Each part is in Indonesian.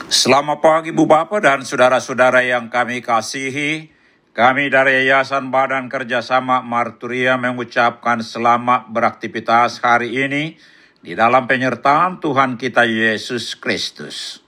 Selamat pagi Bu Bapak dan saudara-saudara yang kami kasihi. Kami dari Yayasan Badan Kerjasama Marturia mengucapkan selamat beraktivitas hari ini di dalam penyertaan Tuhan kita Yesus Kristus.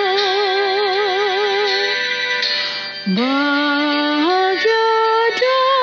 Bahagia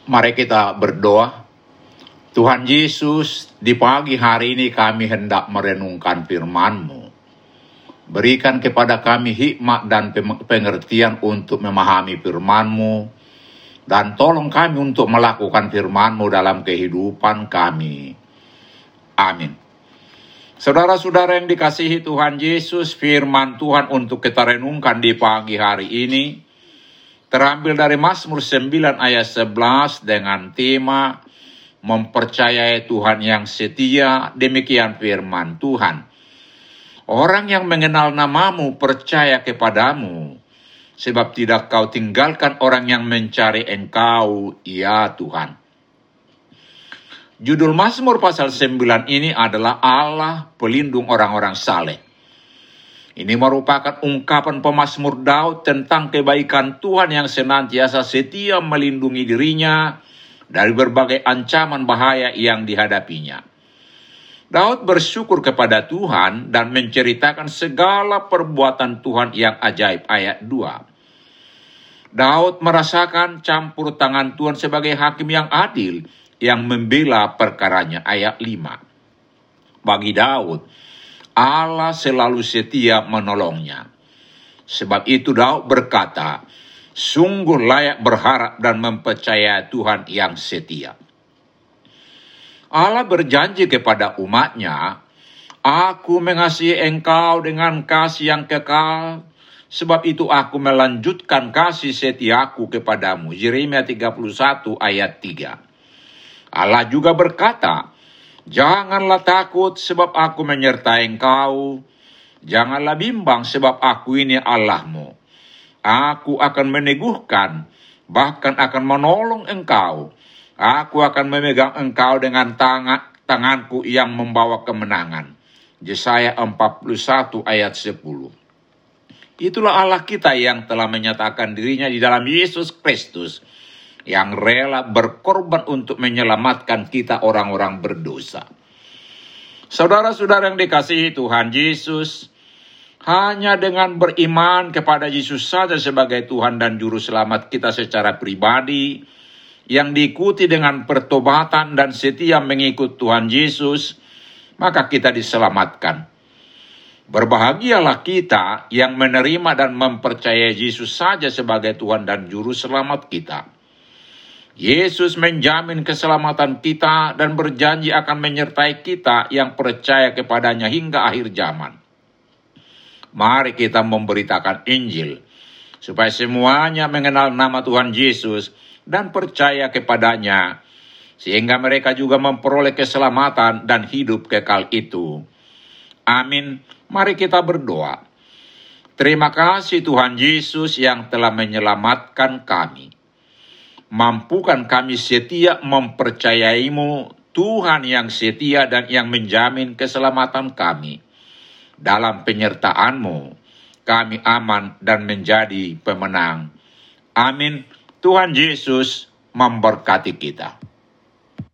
Mari kita berdoa. Tuhan Yesus, di pagi hari ini kami hendak merenungkan firman-Mu. Berikan kepada kami hikmat dan pengertian untuk memahami firman-Mu, dan tolong kami untuk melakukan firman-Mu dalam kehidupan kami. Amin. Saudara-saudara yang dikasihi Tuhan Yesus, firman Tuhan untuk kita renungkan di pagi hari ini terambil dari Mazmur 9 ayat 11 dengan tema mempercayai Tuhan yang setia. Demikian firman Tuhan. Orang yang mengenal namamu percaya kepadamu, sebab tidak kau tinggalkan orang yang mencari Engkau, ya Tuhan. Judul Mazmur pasal 9 ini adalah Allah pelindung orang-orang saleh. Ini merupakan ungkapan pemazmur Daud tentang kebaikan Tuhan yang senantiasa setia melindungi dirinya dari berbagai ancaman bahaya yang dihadapinya. Daud bersyukur kepada Tuhan dan menceritakan segala perbuatan Tuhan yang ajaib. Ayat 2. Daud merasakan campur tangan Tuhan sebagai hakim yang adil yang membela perkaranya. Ayat 5. Bagi Daud, Allah selalu setia menolongnya. Sebab itu Daud berkata, sungguh layak berharap dan mempercayai Tuhan yang setia. Allah berjanji kepada umatnya, aku mengasihi engkau dengan kasih yang kekal, sebab itu aku melanjutkan kasih setiaku kepadamu. Yeremia 31 ayat 3. Allah juga berkata, janganlah takut sebab aku menyertai engkau, janganlah bimbang sebab aku ini Allahmu. Aku akan meneguhkan, bahkan akan menolong engkau. Aku akan memegang engkau dengan tanganku yang membawa kemenangan. Yesaya 41 ayat 10. Itulah Allah kita yang telah menyatakan dirinya di dalam Yesus Kristus, yang rela berkorban untuk menyelamatkan kita orang-orang berdosa. Saudara-saudara yang dikasihi Tuhan Yesus, hanya dengan beriman kepada Yesus saja sebagai Tuhan dan Juru Selamat kita secara pribadi, yang diikuti dengan pertobatan dan setia mengikut Tuhan Yesus, maka kita diselamatkan. Berbahagialah kita yang menerima dan mempercayai Yesus saja sebagai Tuhan dan Juru Selamat kita. Yesus menjamin keselamatan kita dan berjanji akan menyertai kita yang percaya kepadanya hingga akhir zaman. Mari kita memberitakan Injil, supaya semuanya mengenal nama Tuhan Yesus dan percaya kepadanya, sehingga mereka juga memperoleh keselamatan dan hidup kekal itu. Amin. Mari kita berdoa. Terima kasih Tuhan Yesus yang telah menyelamatkan kami. Mampukan kami setia mempercayai-Mu, Tuhan yang setia dan yang menjamin keselamatan kami. Dalam penyertaan-Mu, kami aman dan menjadi pemenang. Amin. Tuhan Yesus memberkati kita.